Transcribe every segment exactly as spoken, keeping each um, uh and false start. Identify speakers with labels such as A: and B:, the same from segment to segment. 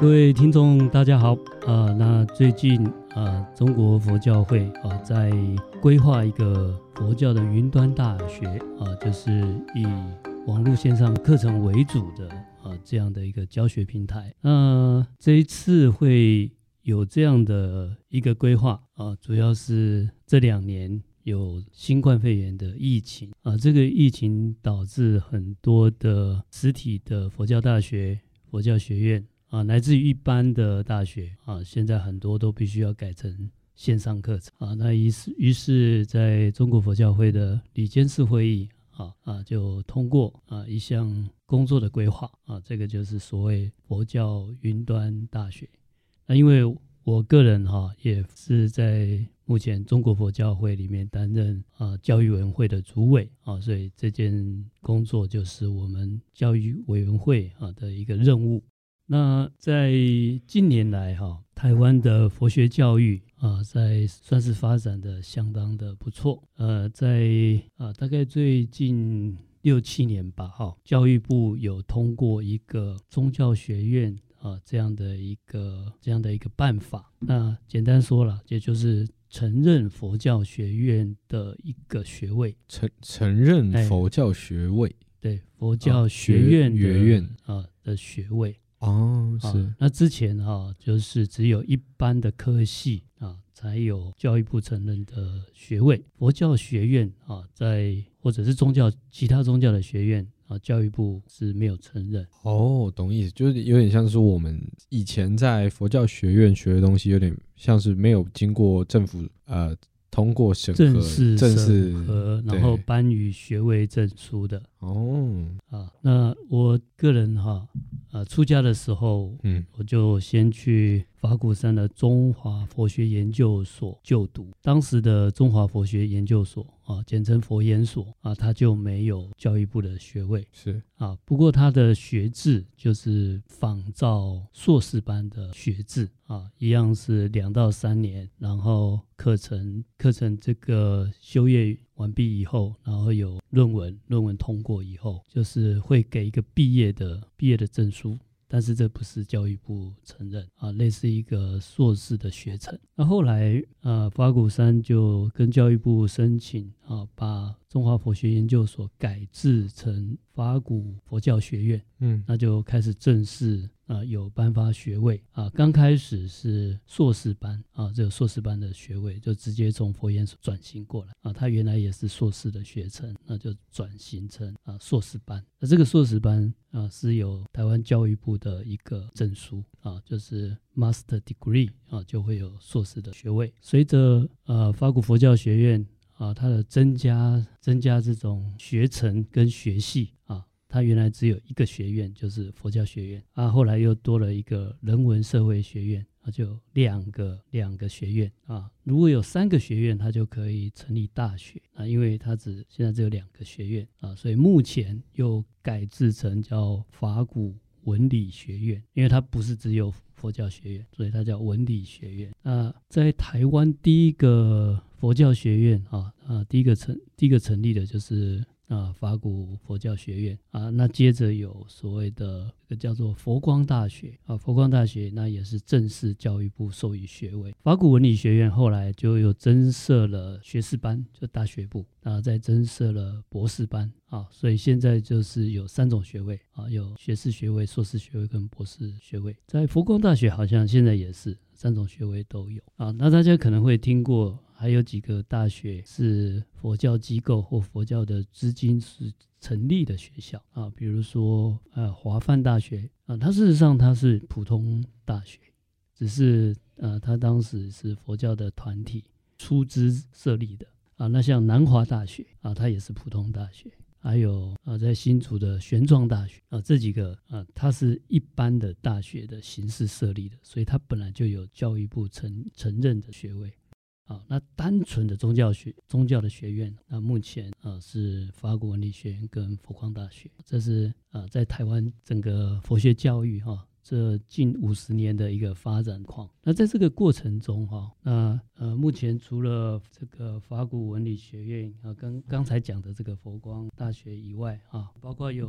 A: 各位听众大家好，呃，那最近呃中国佛教会啊、呃、在规划一个佛教的云端大学啊、呃，就是以网络线上课程为主的啊、呃、这样的一个教学平台。那、呃、这一次会有这样的一个规划啊、呃，主要是这两年有新冠肺炎的疫情啊、呃，这个疫情导致很多的实体的佛教大学、佛教学院啊，来自于一般的大学啊，现在很多都必须要改成线上课程啊。那于是，于是在中国佛教会的理监事会议啊啊，就通过啊一项工作的规划啊，这个就是所谓佛教云端大学。那因为我个人哈、啊、也是在目前中国佛教会里面担任啊教育委员会的主委啊，所以这件工作就是我们教育委员会啊的一个任务。那在近年来哈、啊，台湾的佛学教育啊，在算是发展的相当的不错。呃，在啊大概最近六七年吧，哈、啊，教育部有通过一个宗教学院啊这样的一个这样的一个办法。那简单说了，也就是承认佛教学院的一个学位，
B: 承承认佛教学位，
A: 哎、对，佛教学院的、
B: 啊、学院
A: 啊的学位。
B: 哦，是、
A: 啊。那之前哈、啊，就是只有一般的科系啊，才有教育部承认的学位。佛教学院啊，在或者是宗教其他宗教的学院啊，教育部是没有承认。
B: 哦，懂意思，就是有点像是我们以前在佛教学院学的东西，有点像是没有经过政府呃通过审核、
A: 正式
B: 正式
A: 审核，然后颁予学位证书的。
B: 哦，
A: 啊，那我个人哈，啊，出家的时候，嗯，我就先去法鼓山的中华佛学研究所就读。当时的中华佛学研究所啊，简称佛研所啊，它就没有教育部的学位，
B: 是
A: 啊，不过它的学制就是仿照硕士班的学制啊，一样是两到三年，然后课程课程这个修业完毕以后，然后有论文，论文通过以后，就是会给一个毕业的毕业的证书，但是这不是教育部承认啊，类似一个硕士的学程。那后来呃，法鼓山就跟教育部申请啊，把中华佛学研究所改制成法鼓佛教学院，嗯，那就开始正式啊有颁发学位啊。刚开始是硕士班啊，这个硕士班的学位就直接从佛研所转型过来啊，它原来也是硕士的学程，那就转型成啊硕士班。那这个硕士班啊是有台湾教育部的一个证书啊，就是 Master Degree 啊，就会有硕士的学位。随着呃法鼓佛教学院啊，它的增加增加这种学程跟学系啊，它原来只有一个学院，就是佛教学院啊，后来又多了一个人文社会学院啊，就两个两个学院啊。如果有三个学院，它就可以成立大学啊，因为它只现在只有两个学院啊，所以目前又改制成叫法鼓文理学院，因为它不是只有佛教学院，所以它叫文理学院。那在台湾第一个佛教学院啊啊，第一个成第一个成立的就是啊法鼓佛教学院啊。那接着有所谓的这个叫做佛光大学啊，佛光大学那也是正式教育部授予学位。法鼓文理学院后来就又增设了学士班，就大学部，然后再增设了博士班啊，所以现在就是有三种学位啊，有学士学位、硕士学位跟博士学位。在佛光大学好像现在也是三种学位都有啊。那大家可能会听过，还有几个大学是佛教机构或佛教的资金是成立的学校啊，比如说呃华梵大学啊，它事实上它是普通大学，只是呃它当时是佛教的团体出资设立的啊。那像南华大学啊，它也是普通大学。还有啊，在新竹的玄奘大学啊，这几个啊，它是一般的大学的形式设立的，所以它本来就有教育部承承认的学位。啊，那单纯的宗教学宗教的学院，那目前啊是法鼓文理学院跟佛光大学，这是啊在台湾整个佛学教育哈、啊、这近五十年的一个发展况。那在这个过程中哈、啊，那呃目前除了这个法鼓文理学院啊，跟刚才讲的这个佛光大学以外啊，包括有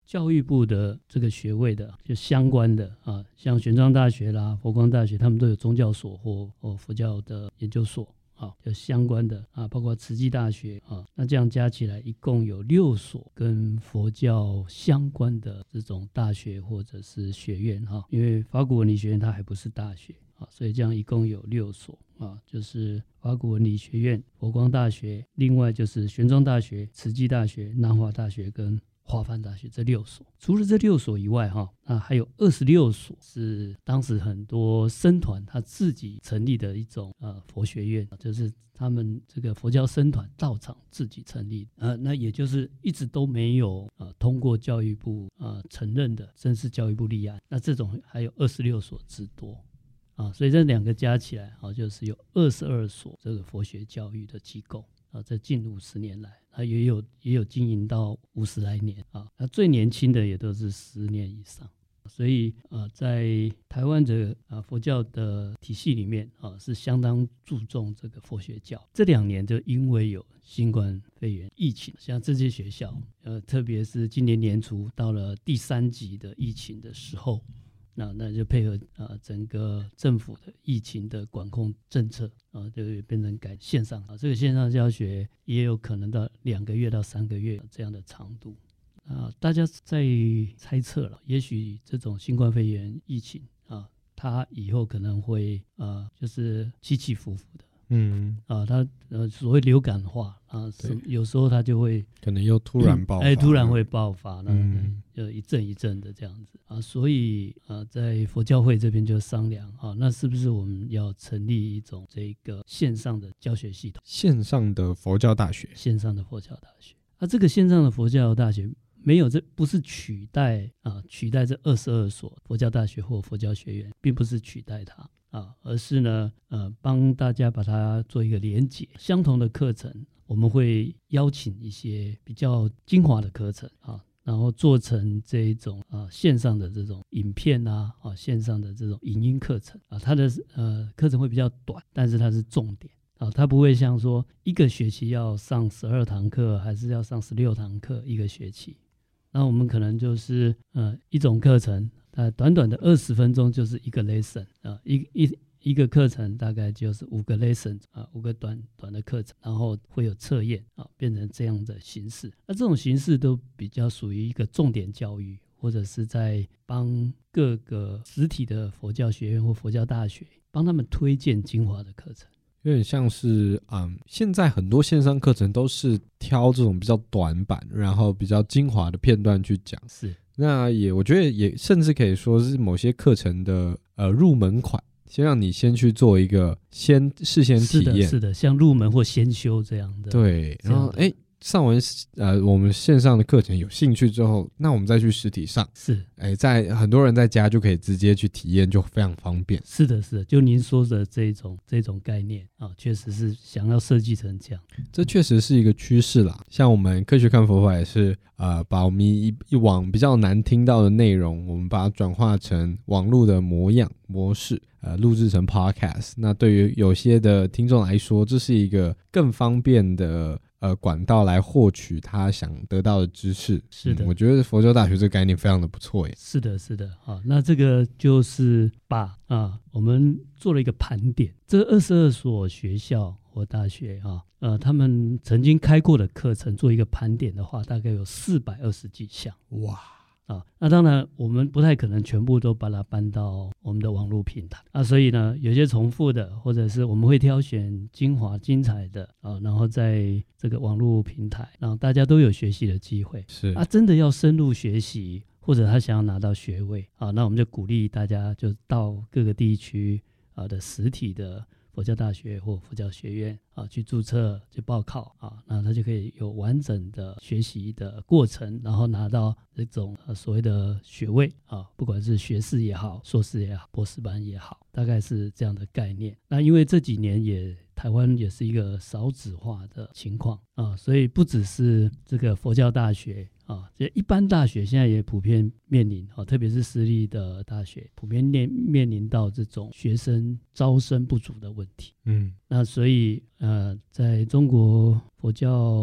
A: 教育部的这个学位的，就相关的啊，像玄奘大学啦、佛光大学，他们都有宗教所或或佛教的研究所。啊，有相关的啊，包括慈济大学啊，那这样加起来一共有六所跟佛教相关的这种大学或者是学院哈、啊，因为法古文理学院它还不是大学啊，所以这样一共有六所啊，就是法古文理学院、佛光大学，另外就是玄奘大学、慈济大学、南华大学跟华梵大学这六所。除了这六所以外哈，那还有二十六所是当时很多僧团他自己成立的一种呃佛学院，就是他们这个佛教僧团道场自己成立，呃，那也就是一直都没有呃通过教育部呃承认的正式教育部立案，那这种还有二十六所之多啊，所以这两个加起来啊，就是有二十二所这个佛学教育的机构。啊，这近五十年来，它也有也有经营到五十来年啊，那最年轻的也都是十年以上，所以呃，在台湾这个啊佛教的体系里面啊，是相当注重这个佛学教。这两年就因为有新冠肺炎疫情，像这些学校，呃，特别是今年年初到了第三级的疫情的时候。那那就配合呃整个政府的疫情的管控政策啊，就变成改线上啊，这个线上教学也有可能到两个月到三个月这样的长度啊。大家在猜测了，也许这种新冠肺炎疫情啊，它以后可能会呃就是起起伏伏的。嗯啊，它呃所谓流感化啊，有时候它就会
B: 可能又突然爆发，
A: 哎，突然会爆发，那就一阵一阵的这样子啊，所以啊，在佛教会这边就商量啊，那是不是我们要成立一种这个线上的教学系统？
B: 线上的佛教大学，
A: 线上的佛教大学啊，这个线上的佛教大学没有，这不是取代啊，取代这二十二所佛教大学或佛教学院，并不是取代它。啊，而是呢，呃，帮大家把它做一个连结。相同的课程，我们会邀请一些比较精华的课程啊，然后做成这一种啊线上的这种影片啊，啊线上的这种影音课程啊，它的呃课程会比较短，但是它是重点啊，它不会像说一个学期要上十二堂课，还是要上十六堂课一个学期。那我们可能就是呃一种课程。呃，短短的二十分钟就是一个 lesson 啊、呃，一一一个课程大概就是五个 lesson 啊、呃，五个短短的课程，然后会有测验啊、呃，变成这样的形式。那这种形式都比较属于一个重点教育，或者是在帮各个实体的佛教学院或佛教大学帮他们推荐精华的课程。
B: 有点像是嗯，现在很多线上课程都是挑这种比较短版，然后比较精华的片段去讲。
A: 是。那
B: 也我觉得也甚至可以说是某些课程的呃入门款，先让你先去做一个先事先体验，
A: 是的，是的，像入门或先修这样的。
B: 对，然后哎。上完呃我们线上的课程有兴趣之后，那我们再去实体上，
A: 是，
B: 哎，在很多人在家就可以直接去体验，就非常方便。
A: 是的，是的，就您说的这种这种概念啊，确实是想要设计成这样，
B: 这确实是一个趋势啦。像我们科学看佛法也是，呃，把我们一一往比较难听到的内容，我们把它转化成网络的模样模式。呃，录制成 podcast， 那对于有些的听众来说，这是一个更方便的呃管道来获取他想得到的知识。
A: 是的、嗯，
B: 我觉得佛教大学这个概念非常的不错耶。
A: 是的，是的，啊，那这个就是把啊，我们做了一个盘点，这二十二所学校或大学啊，呃，他们曾经开过的课程做一个盘点的话，大概有四百二十几项。哇！啊，那当然我们不太可能全部都把它搬到我们的网络平台啊，所以呢，有些重复的，或者是我们会挑选精华精彩的啊，然后在这个网络平台，让大家都有学习的机会。
B: 是
A: 啊，真的要深入学习，或者他想要拿到学位啊，那我们就鼓励大家就到各个地区啊的实体的佛教大学或佛教学院啊去注册去报考啊，那他就可以有完整的学习的过程，然后拿到这种、呃、所谓的学位啊，不管是学士也好，硕士也好，博士班也好，大概是这样的概念。那因为这几年也台湾也是一个少子化的情况啊，所以不只是这个佛教大学啊，这一般大学现在也普遍面临啊，特别是私立的大学，普遍面面临到这种学生招生不足的问题。嗯，那所以呃，在中国佛教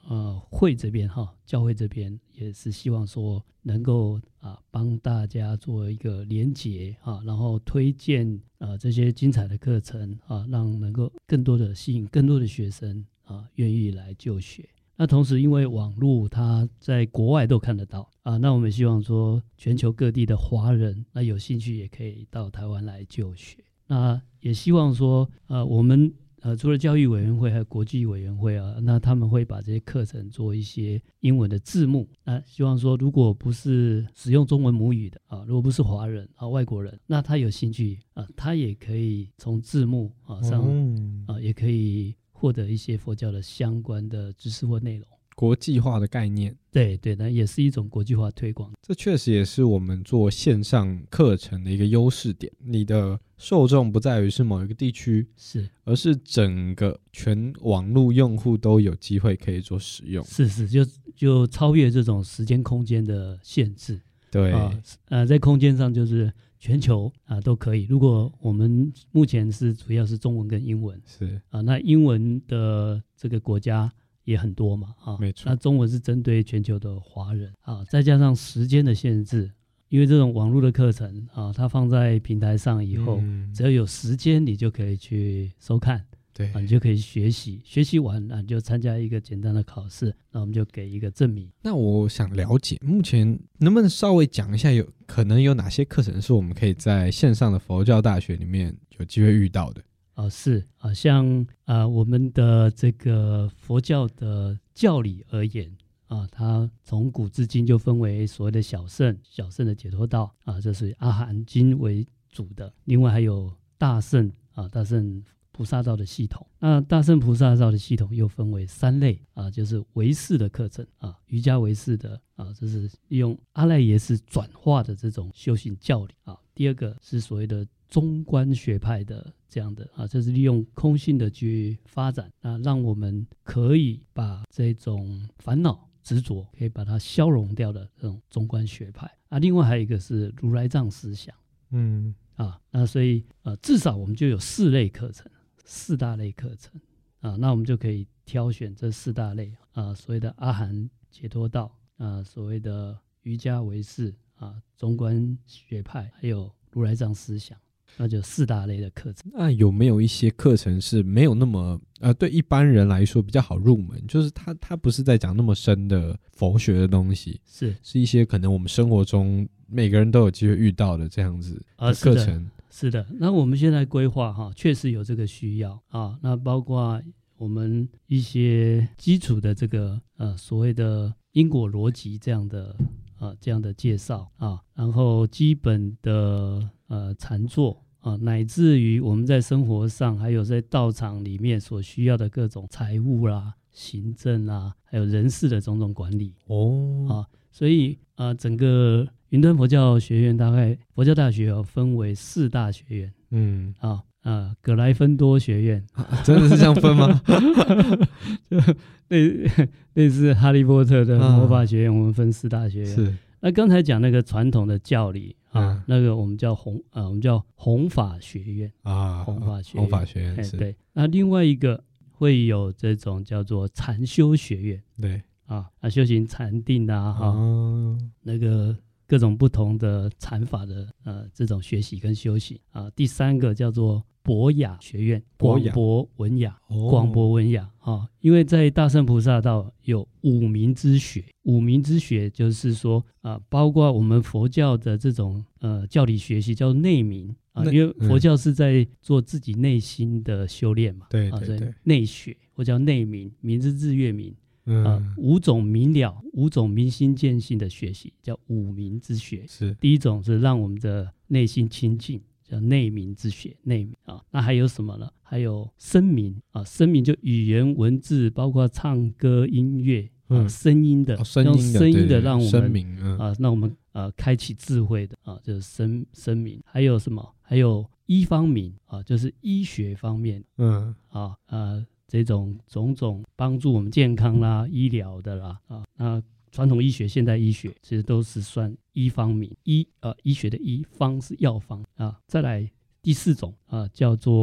A: 呃会这边哈，教会这边也是希望说能够啊帮大家做一个连结啊，然后推荐啊这些精彩的课程啊，让能够更多的吸引更多的学生啊愿意来就学。那同时因为网络它在国外都看得到啊，那我们希望说全球各地的华人那有兴趣也可以到台湾来就学。那也希望说呃我们呃，除了教育委员会还有国际委员会啊，那他们会把这些课程做一些英文的字幕。那希望说，如果不是使用中文母语的啊，如果不是华人啊、外国人，那他有兴趣啊，他也可以从字幕啊上、哦、啊，也可以获得一些佛教的相关的知识或内容。
B: 国际化的概念，
A: 对对，那也是一种国际化推广。
B: 这确实也是我们做线上课程的一个优势点。你的受众不在于是某一个地区，
A: 是，而
B: 是整个全网络用户都有机会可以做使用。
A: 是是，就就超越这种时间空间的限制。
B: 对，
A: 啊、呃，在空间上就是全球啊、呃、都可以。如果我们目前是主要是中文跟英文，
B: 是
A: 啊、呃，那英文的这个国家也很多嘛，啊，
B: 没错。
A: 那中文是针对全球的华人啊，再加上时间的限制，因为这种网络的课程啊，它放在平台上以后，嗯、只要有时间你就可以去收看，
B: 对，
A: 啊，你就可以学习，学习完啊，你就参加一个简单的考试，那我们就给一个证明。
B: 那我想了解，目前能不能稍微讲一下有，有可能有哪些课程是我们可以在线上的佛教大学里面有机会遇到的？
A: 啊，是啊，像啊我们的这个佛教的教理而言啊，它从古至今就分为所谓的小乘、小乘的解脱道啊，这是阿含经为主的，另外还有大乘啊，大乘菩萨道的系统。那大乘菩萨道的系统又分为三类啊，就是唯识的课程啊，瑜伽唯识的啊，这是利用阿赖耶识转化的这种修行教理啊。第二个是所谓的中观学派的这样的啊，这是利用空性的去发展啊，让我们可以把这种烦恼执着可以把它消融掉的这种中观学派啊。另外还有一个是如来藏思想，嗯啊，那所以呃至少我们就有四类课程，四大类课程啊，那我们就可以挑选这四大类啊，所谓的阿含解脱道啊，所谓的瑜伽唯识啊，中观学派，还有如来藏思想，那就四大类的课程。
B: 那有没有一些课程是没有那么呃，对一般人来说比较好入门，就是他他不是在讲那么深的佛学的东西，
A: 是
B: 是一些可能我们生活中每个人都有机会遇到的这样子的课程？
A: 啊、是的，是的。那我们现在规划哈，确实有这个需要啊。那包括我们一些基础的这个呃所谓的因果逻辑这样的啊这样的介绍啊，然后基本的呃禅坐啊，乃至于我们在生活上还有在道场里面所需要的各种财务啦、行政啦，还有人事的种种管理哦啊，所以啊，整个云端佛教学院大概佛教大学有分为四大学院，嗯啊啊，葛莱芬多学院、
B: 啊、真的是这样分吗？
A: 就类类似哈利波特的魔法学院，啊、我们分四大学院。
B: 是。
A: 那刚才讲那个传统的教理啊，嗯、那个我们叫弘啊，我们叫弘法学院啊，弘法学院，
B: 弘法学院是。
A: 对。那另外一个会有这种叫做禅修学院，
B: 对
A: 啊，啊修行禅定啊，哈、啊，那个各种不同的禅法的呃这种学习跟修行啊。第三个叫做博雅学院，广博文雅，广博文雅啊，因为在大乘菩萨道有五明之学，五明之学就是说啊，包括我们佛教的这种呃教理学习叫内明啊，因为佛教是在做自己内心的修炼嘛，
B: 对对对，
A: 内学或叫内明，明之日月明。嗯、呃，五种明了，五种明心见性的学习叫五明之学。
B: 是
A: 第一种是让我们的内心清净，叫内明之学。内明啊，那还有什么呢？还有声明啊，声明就语言文字，包括唱歌、音乐啊，嗯、声音的，
B: 哦、声音的
A: 用声音的让我们
B: 声明、嗯、
A: 啊，让我们呃开启智慧的啊，就是声声明。还有什么？还有医方明啊，就是医学方面，嗯啊呃。这种种种帮助我们健康啦、医疗的啦啊，那传统医学、现代医学其实都是算医方面，医呃医学的医方是药方啊。再来第四种啊，叫做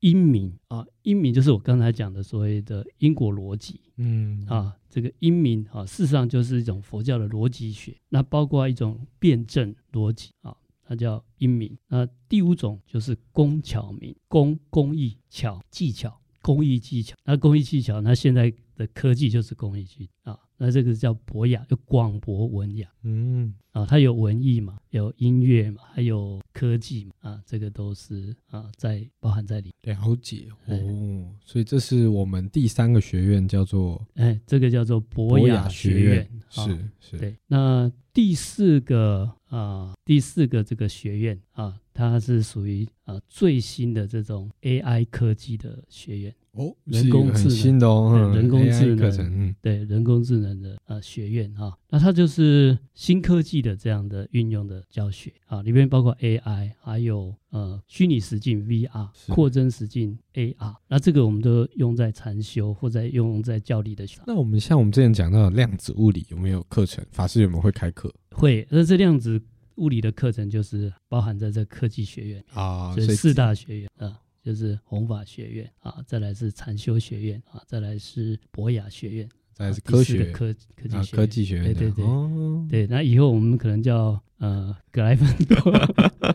A: 因明啊，因明就是我刚才讲的所谓的因果逻辑，
B: 嗯
A: 啊，这个因明啊，事实上就是一种佛教的逻辑学，那包括一种辩证逻辑啊，它叫因明。那第五种就是工巧明，工工艺巧技巧，工艺技巧。那工艺技巧，那现在的科技就是工艺技啊，那这个叫博雅，就广博文雅。
B: 嗯
A: 啊，它有文艺嘛，有音乐嘛，还有科技嘛，啊，这个都是啊在包含在里面。
B: 了解哦，所以这是我们第三个学院，叫做
A: 哎，这个叫做博雅学院，
B: 学院
A: 啊、
B: 是是，
A: 对。那第四个啊，第四个这个学院啊，它是属于啊最新的这种 A I 科技的学院。
B: 哦，
A: 人工智能
B: 是很新的哦，嗯
A: 人工智
B: A I
A: 能
B: 课程，嗯
A: 对人工智能的呃学院哈、那它就是新科技的这样的运用的教学啊，里面包括 A I， 还有呃虚拟实境 V R、
B: 是
A: 扩增实境 A R， 那这个我们都用在禅修或者用在教理的上。
B: 那我们像我们之前讲到的量子物理有没有课程？法师有没有会开课
A: 会，而这量子物理的课程就是包含在这科技学院
B: 啊？所以
A: 所以四大学院啊。就是弘法学院啊，再来是禅修学院啊，再来是博雅学院，
B: 再来是科学、
A: 啊、科科技学院、
B: 啊、科技学院，
A: 对对对、
B: 哦、
A: 对。那以后我们可能叫呃格莱芬多，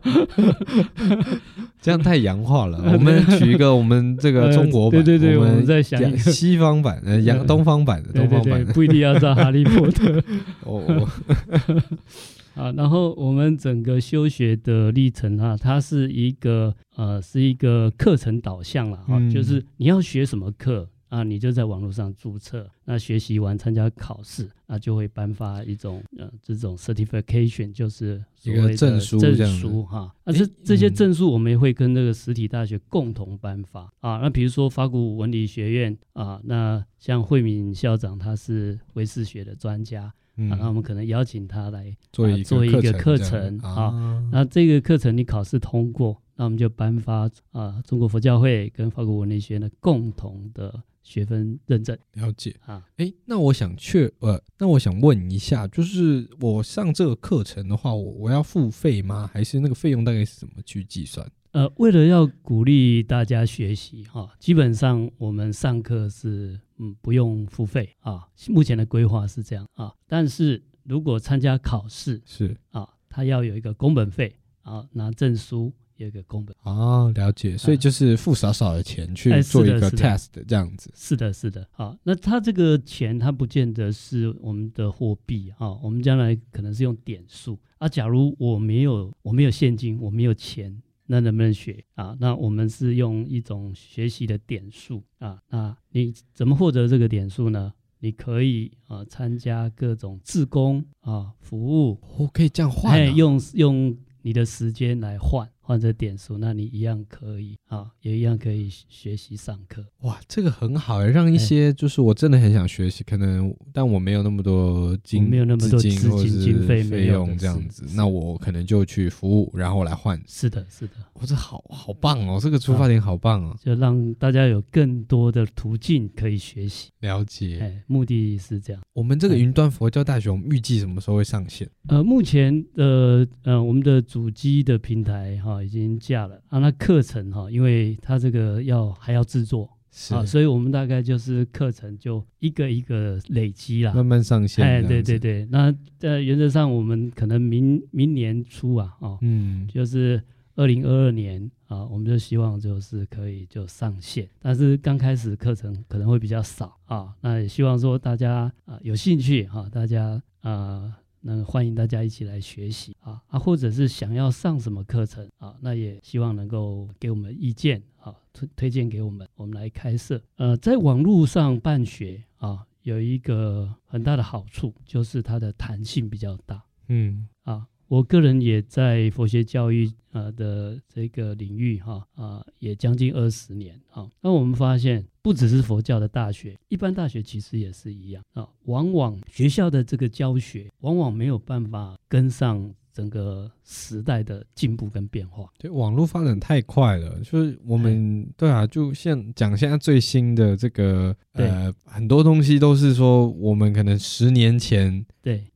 B: 这样太洋化了。我们取一个我们这个中国版，
A: 呃、对对对，
B: 我们
A: 再想一个
B: 西方版，呃，洋东方版的，东方版的，
A: 对对对，不一定要照哈利波特。
B: 哦。
A: 啊，然后我们整个修学的历程啊，它是一个呃，是一个课程导向啦，哈、嗯，就是你要学什么课啊，你就在网络上注册，那学习完参加考试，那就会颁发一种呃这种 certification， 就是所谓的
B: 证书
A: 证书哈。那这这些证书我们也会跟那个实体大学共同颁发啊。那比如说法古文理学院啊，那像慧敏校长他是唯识学的专家。嗯啊、那我们可能邀请他来做一个、啊、做一个课程啊，那这个课程你考试通过，那我们就颁发啊中国佛教会跟法国文理学院的共同的学分认证。
B: 了解啊，哎，那我想确呃，那我想问一下，就是我上这个课程的话，我我要付费吗？还是那个费用大概是怎么去计算？
A: 呃，为了要鼓励大家学习哈、啊，基本上我们上课是嗯不用付费啊，目前的规划是这样啊。但是如果参加考试
B: 是啊，
A: 他要有一个工本费啊，拿证书有一个工本
B: 啊，了解。所以就是付少少的钱去做一个 test 这样子。
A: 是的，是的。好，那他这个钱他不见得是我们的货币啊，我们将来可能是用点数啊。假如我没有我没有现金，我没有钱。那能不能学啊？那我们是用一种学习的点数啊。那你怎么获得这个点数呢？你可以啊参加各种志工啊服务，
B: 我、哦、可以这样换、啊，
A: 用用你的时间来换换这点数，那你一样可以啊，也一样可以学习上课。
B: 哇，这个很好，让一些就是我真的很想学习，可能但我没有那么多金
A: 没有那么多资金
B: 或是
A: 经费
B: 费用这样子，那我可能就去服务，然后来换。
A: 是的，是的。
B: 哦，这好好棒哦，这个出发点好棒哦，
A: 就让大家有更多的途径可以学习。
B: 了解，
A: 哎，目的是这样。
B: 我们这个云端佛教大学，我们预计什么时候会上线？
A: 呃，目前的呃我们的主机的平台哈、哦、已经架了啊，那课程哈、哦，因为它这个要还要制作啊，所以我们大概就是课程就一个一个累积啦，
B: 慢慢上线。
A: 哎，对对对，那在原则上我们可能明明年初啊，哦，嗯，就是二零二二年啊，我们就希望就是可以就上线，但是刚开始课程可能会比较少啊，那也希望说大家啊有兴趣哈、啊，大家啊。那欢迎大家一起来学习啊啊，或者是想要上什么课程啊，那也希望能够给我们意见啊，推推荐给我们，我们来开设。呃，在网络上办学啊，有一个很大的好处，就是它的弹性比较大。嗯啊，我个人也在佛学教育呃的这个领域哈 啊, 啊，也将近二十年啊。那我们发现，不只是佛教的大学，一般大学其实也是一样啊。往往学校的这个教学，往往没有办法跟上整个时代的进步跟变化。
B: 对，网络发展太快了，就是我们、哎、对啊，就像讲现在最新的这个呃，很多东西都是说我们可能十年前
A: 对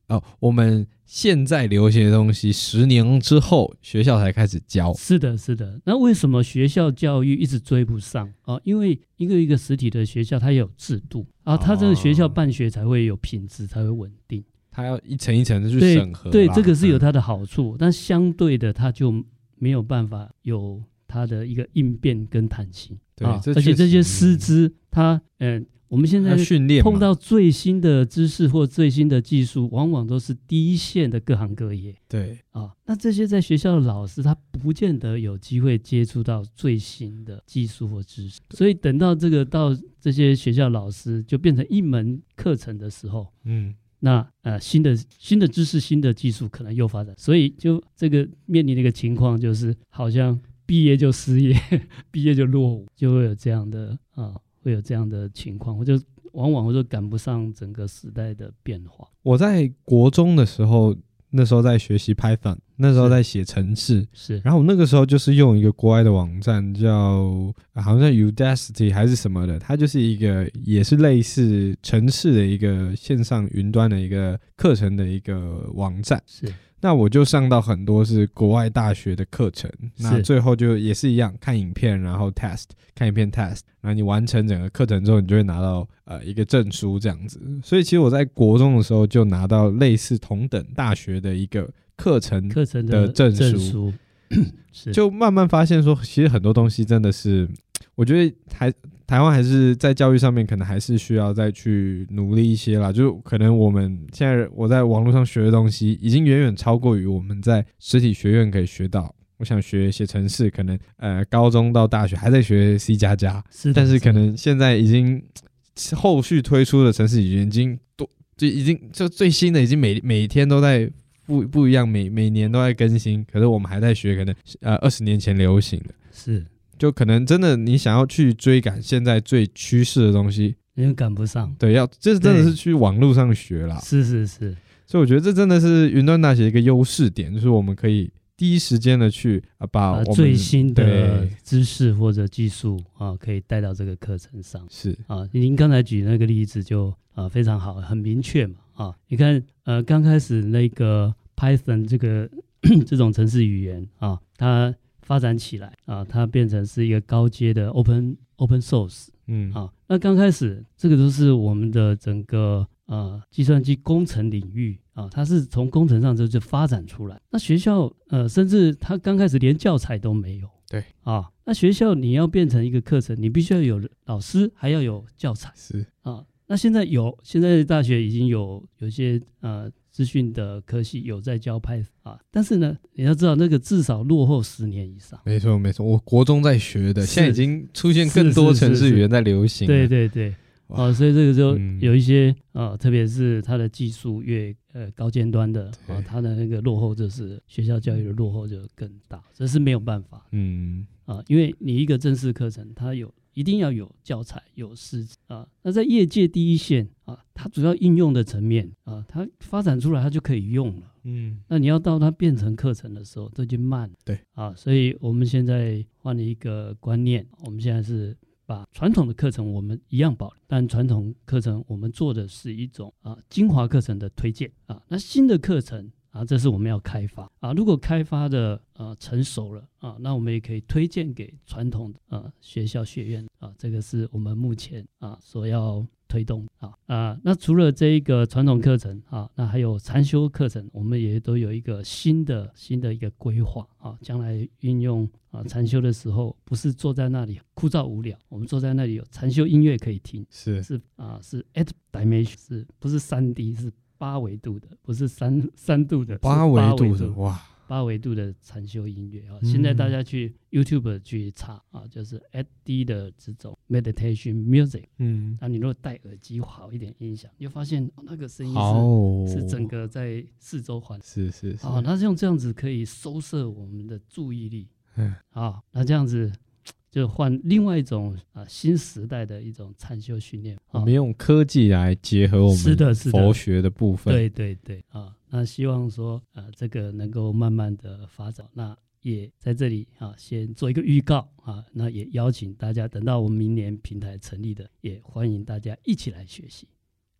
B: 哦，我们现在流行的东西，十年之后学校才开始教。
A: 是的，是的。那为什么学校教育一直追不上啊？因为一个一个实体的学校，它也有制度啊，它这个学校办学才会有品质，才会稳定。
B: 它要一层一层的去审核。
A: 对，对，这个是有它的好处，嗯、但相对的，它就没有办法有它的一个应变跟弹性。
B: 对，
A: 啊、而且这些师资，它嗯。呃我们现在碰到最新的知识或最新的技术，往往都是第一线的各行各业。
B: 对
A: 啊，那这些在学校的老师，他不见得有机会接触到最新的技术或知识，所以等到这个到这些学校老师就变成一门课程的时候，嗯，那呃新的新的知识、新的技术可能又发展，所以就这个面临的一个情况就是，好像毕业就失业，毕业就落伍，就会有这样的啊。会有这样的情况，我就往往我就赶不上整个时代的变化。
B: 我在国中的时候，那时候在学习 Python， 那时候在写程式，
A: 是。
B: 然后我那个时候就是用一个国外的网站叫，好像 Udacity 还是什么的，它就是一个也是类似程式的一个线上云端的一个课程的一个网站。
A: 是。
B: 那我就上到很多是国外大学的课程，那最后就也是一样，看影片，然后 test， 看影片 test， 然后你完成整个课程之后，你就会拿到呃一个证书这样子。所以其实我在国中的时候就拿到类似同等大学的一个课程
A: 课程
B: 的证书，
A: 证书
B: 就慢慢发现说，其实很多东西真的是，我觉得还台湾还是在教育上面可能还是需要再去努力一些啦，就可能我们现在我在网络上学的东西已经远远超过于我们在实体学院可以学到。我想学写程式，可能呃高中到大学还在学 C 加加，但是可能现在已经后续推出的程式语言已经多，就已经就最新的已经每每天都在不不一样，每每年都在更新，可是我们还在学可能呃二十年前流行的，
A: 是。
B: 就可能真的你想要去追赶现在最趋势的东西，
A: 因为赶不上。
B: 对，要这真的是去网络上学啦。
A: 是是是。
B: 所以我觉得这真的是云端大学一个优势点，就是我们可以第一时间的去啊把我们、呃、
A: 最新的知识或者技术啊可以带到这个课程上。
B: 是
A: 啊，您刚才举那个例子就啊非常好，很明确嘛啊。你看呃刚开始那个 Python 这个这种程式语言啊，它发展起来啊，它变成是一个高阶的 open open source， 嗯啊，那刚开始这个都是我们的整个呃计算机工程领域啊，它是从工程上就就发展出来。那学校呃，甚至它刚开始连教材都没有，
B: 对
A: 啊，那学校你要变成一个课程，你必须要有老师，还要有教材，
B: 是
A: 啊。那现在有，现在大学已经有有些呃资讯的科系有在教 Python 啊，但是呢，你要知道那个至少落后十年以上。
B: 没错没错，我国中在学的，现在已经出现更多程式语言在流行了。
A: 对对对，啊，所以这个就有一些啊、嗯，特别是它的技术越呃高尖端的啊，它的那个落后就是学校教育的落后就更大，这是没有办法。嗯啊，因为你一个正式课程，它有。一定要有教材，有师资啊。那在业界第一线啊，它主要应用的层面啊，它发展出来它就可以用了。嗯，那你要到它变成课程的时候，都已经慢了。
B: 对
A: 啊，所以我们现在换了一个观念，我们现在是把传统的课程我们一样保留，但传统课程我们做的是一种啊精华课程的推荐啊。那新的课程。啊，这是我们要开发啊。如果开发的呃成熟了啊，那我们也可以推荐给传统的呃学校学院啊。这个是我们目前啊所要推动啊啊。那除了这一个传统课程啊，那还有禅修课程，我们也都有一个新的新的一个规划啊。将来运用啊禅修的时候，不是坐在那里枯燥无聊，我们坐在那里有禅修音乐可以听，
B: 是是
A: 啊是 eight dimension， 是不是三 D 是？八维度的，不是三三度的，
B: 八维度的，哇，
A: 八维度的禅修音乐啊！嗯、现在大家去 YouTube 去查啊，就是 eight D 的这种 meditation music， 嗯，那、啊、你如果戴耳机好一点音响，你就发現、哦、那个声音是、哦、是整个在四周环，
B: 是是是
A: 啊，那用这样子可以收摄我们的注意力，嗯，啊，那这样子。就换另外一种啊新时代的一种禅修训练，
B: 我们用科技来结合我们佛学的部分，
A: 对对对啊，那希望说啊这个能够慢慢的发展，那也在这里啊先做一个预告啊，那也邀请大家等到我们明年平台成立的，也欢迎大家一起来学习。好，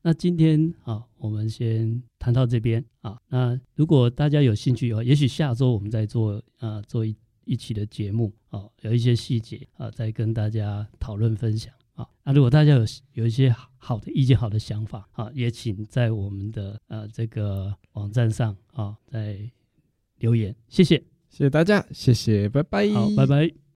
A: 那今天啊，我们先谈到这边啊。那如果大家有兴趣的话，也许下周我们再做啊做一一期的节目啊，有一些细节啊，再跟大家讨论分享啊。那如果大家有有一些好的意见、好的想法啊，也请在我们的呃这个网站上啊，在留言。谢谢，
B: 谢谢大家，谢谢，拜拜。
A: 好，拜拜。